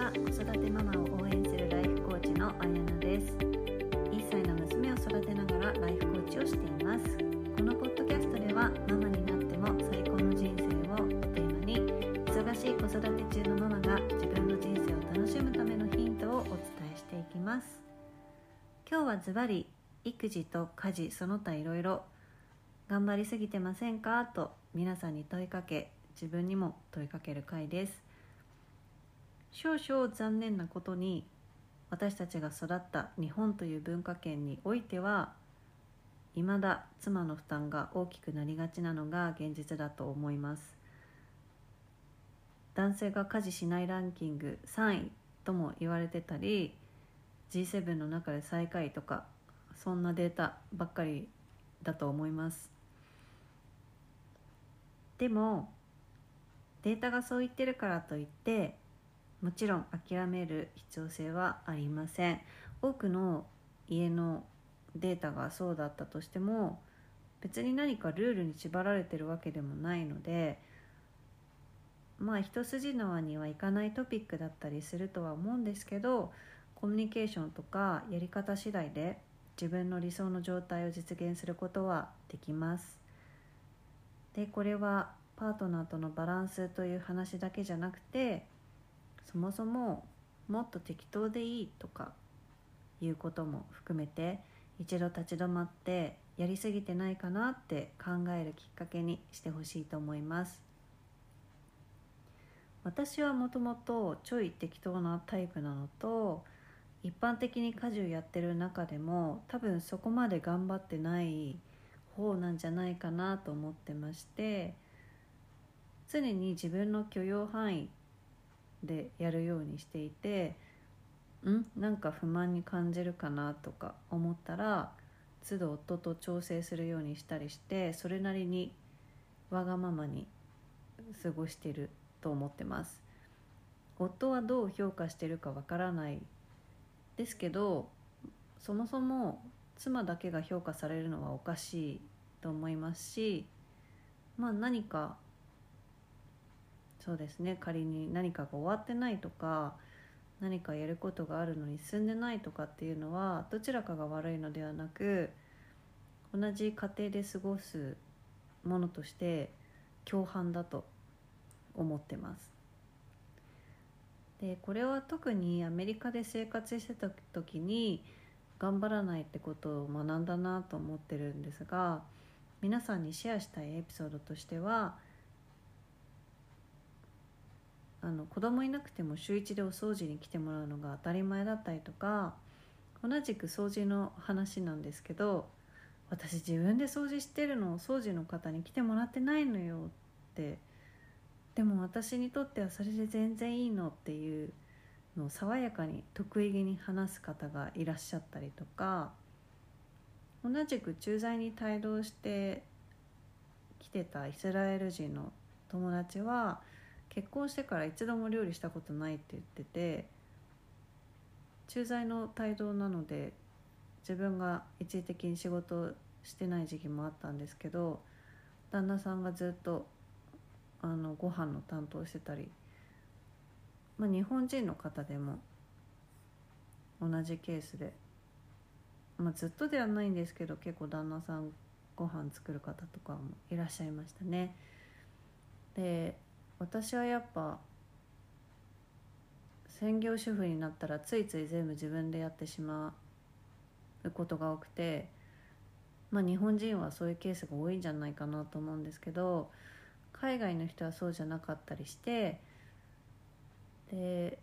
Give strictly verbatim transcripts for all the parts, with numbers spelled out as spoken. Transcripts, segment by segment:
は。子育てママを応援するライフコーチのあやなです。いっさいの娘を育てながらライフコーチをしています。このポッドキャストではママになっても最高の人生をテーマに、忙しい子育て中のママが自分の人生を楽しむためのヒントをお伝えしていきます。今日はズバリ、育児と家事その他いろいろ頑張りすぎてませんかと皆さんに問いかけ、自分にも問いかける回です。少々残念なことに、私たちが育った日本という文化圏においては、未だ妻の負担が大きくなりがちなのが現実だと思います。男性が家事しないランキングさんいとも言われてたり、 ジーセブン の中で最下位とか、そんなデータばっかりだと思います。でもデータがそう言ってるからといって、もちろん諦める必要性はありません。多くの家のデータがそうだったとしても、別に何かルールに縛られてるわけでもないので、まあ一筋縄にはいかないトピックだったりするとは思うんですけど、コミュニケーションとかやり方次第で自分の理想の状態を実現することはできます。で、これはパートナーとのバランスという話だけじゃなくて、そもそももっと適当でいいとかいうことも含めて、一度立ち止まってやりすぎてないかなって考えるきっかけにしてほしいと思います。私はもともとちょい適当なタイプなのと、一般的に家事をやってる中でも多分そこまで頑張ってない方なんじゃないかなと思ってまして、常に自分の許容範囲でやるようにしていて、んなんか不満に感じるかなとか思ったら、都度夫と調整するようにしたりして、それなりにわがままに過ごしていると思ってます。夫はどう評価してるかわからないですけど、そもそも妻だけが評価されるのはおかしいと思いますし、まあ何かそうですね、仮に何かが終わってないとか、何かやることがあるのに進んでないとかっていうのは、どちらかが悪いのではなく、同じ家庭で過ごすものとして共犯だと思ってます。で、これは特にアメリカで生活してた時に頑張らないってことを学んだなと思ってるんですが、皆さんにシェアしたいエピソードとしては、あの子供いなくても週一でお掃除に来てもらうのが当たり前だったりとか、同じく掃除の話なんですけど、私自分で掃除してるのを掃除の方に来てもらってないのよって、でも私にとってはそれで全然いいのっていうのを爽やかに得意げに話す方がいらっしゃったりとか、同じく駐在に帯同して来てたイスラエル人の友達は、結婚してから一度も料理したことないって言ってて、駐在の帯同なので自分が一時的に仕事してない時期もあったんですけど、旦那さんがずっとあのご飯の担当してたり、まあ、日本人の方でも同じケースで、まあ、ずっとではないんですけど、結構旦那さんご飯作る方とかもいらっしゃいましたね。で、私はやっぱ専業主婦になったらついつい全部自分でやってしまうことが多くて、まあ日本人はそういうケースが多いんじゃないかなと思うんですけど、海外の人はそうじゃなかったりして、で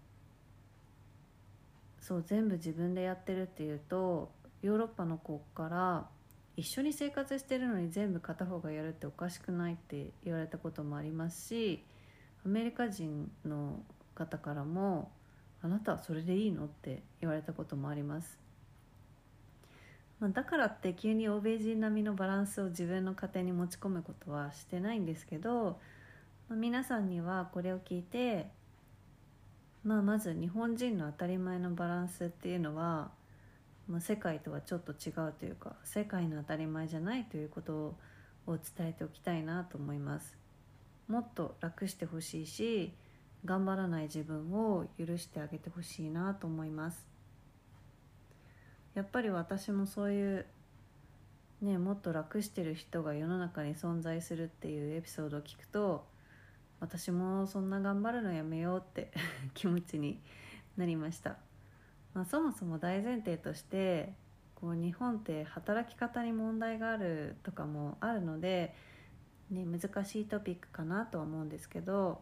そう全部自分でやってるっていうと、ヨーロッパの子から一緒に生活してるのに全部片方がやるっておかしくないって言われたこともありますし、アメリカ人の方からもあなたはそれでいいのって言われたこともあります。まあ、だからって急に欧米人並みのバランスを自分の家庭に持ち込むことはしてないんですけど、まあ、皆さんにはこれを聞いて、まあ、まず日本人の当たり前のバランスっていうのは、まあ、世界とはちょっと違うというか、世界の当たり前じゃないということを伝えておきたいなと思います。もっと楽してほしいし、 頑張らない自分を許してあげてほしいなと思います。やっぱり私もそういうね、もっと楽してる人が世の中に存在するっていうエピソードを聞くと、私もそんな頑張るのやめようって気持ちになりました。まあ、そもそも大前提としてこう日本って働き方に問題があるとかもあるので、ね、難しいトピックかなとは思うんですけど、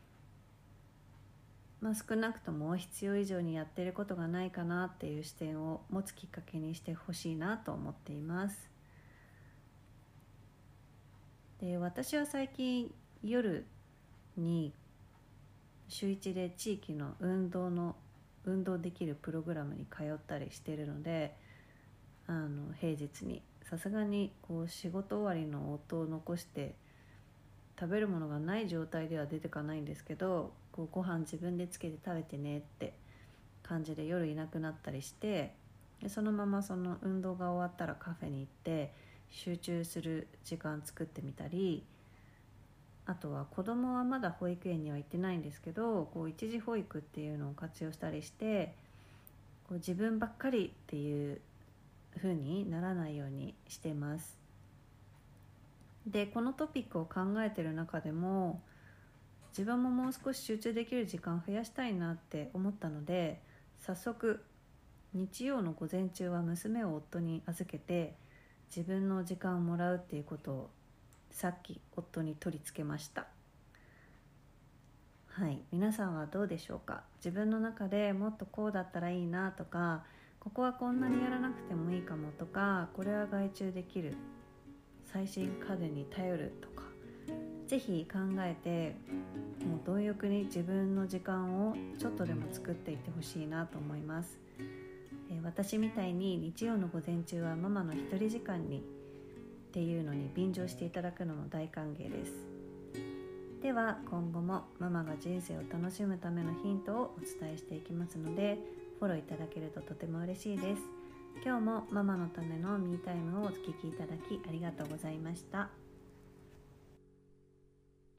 まあ、少なくとも必要以上にやってることがないかなっていう視点を持つきっかけにしてほしいなと思っています。で、私は最近夜に週一で地域の運動の運動できるプログラムに通ったりしているので、あの平日にさすがにこう仕事終わりの夫を残して食べるものがない状態では出てかないんですけど、こうご飯自分でつけて食べてねって感じで夜いなくなったりして、でそのままその運動が終わったらカフェに行って集中する時間作ってみたり、あとは子供はまだ保育園には行ってないんですけど、こう一時保育っていうのを活用したりして、こう自分ばっかりっていう風にならないようにしてます。で、このトピックを考えてる中でも、自分ももう少し集中できる時間を増やしたいなって思ったので、早速日曜の午前中は娘を夫に預けて自分の時間をもらうっていうことをさっき夫に取り付けました。はい、皆さんはどうでしょうか。自分の中でもっとこうだったらいいなとか、ここはこんなにやらなくてもいいかもとか、これは外注できる、最新家電に頼るとか、ぜひ考えて、もう貪欲に自分の時間をちょっとでも作っていってほしいなと思います。えー、私みたいに日曜の午前中はママの一人時間にっていうのに便乗していただくのも大歓迎です。では今後もママが人生を楽しむためのヒントをお伝えしていきますので、フォローいただけるととても嬉しいです。今日もママのためのミータイムをお聞きいただきありがとうございました。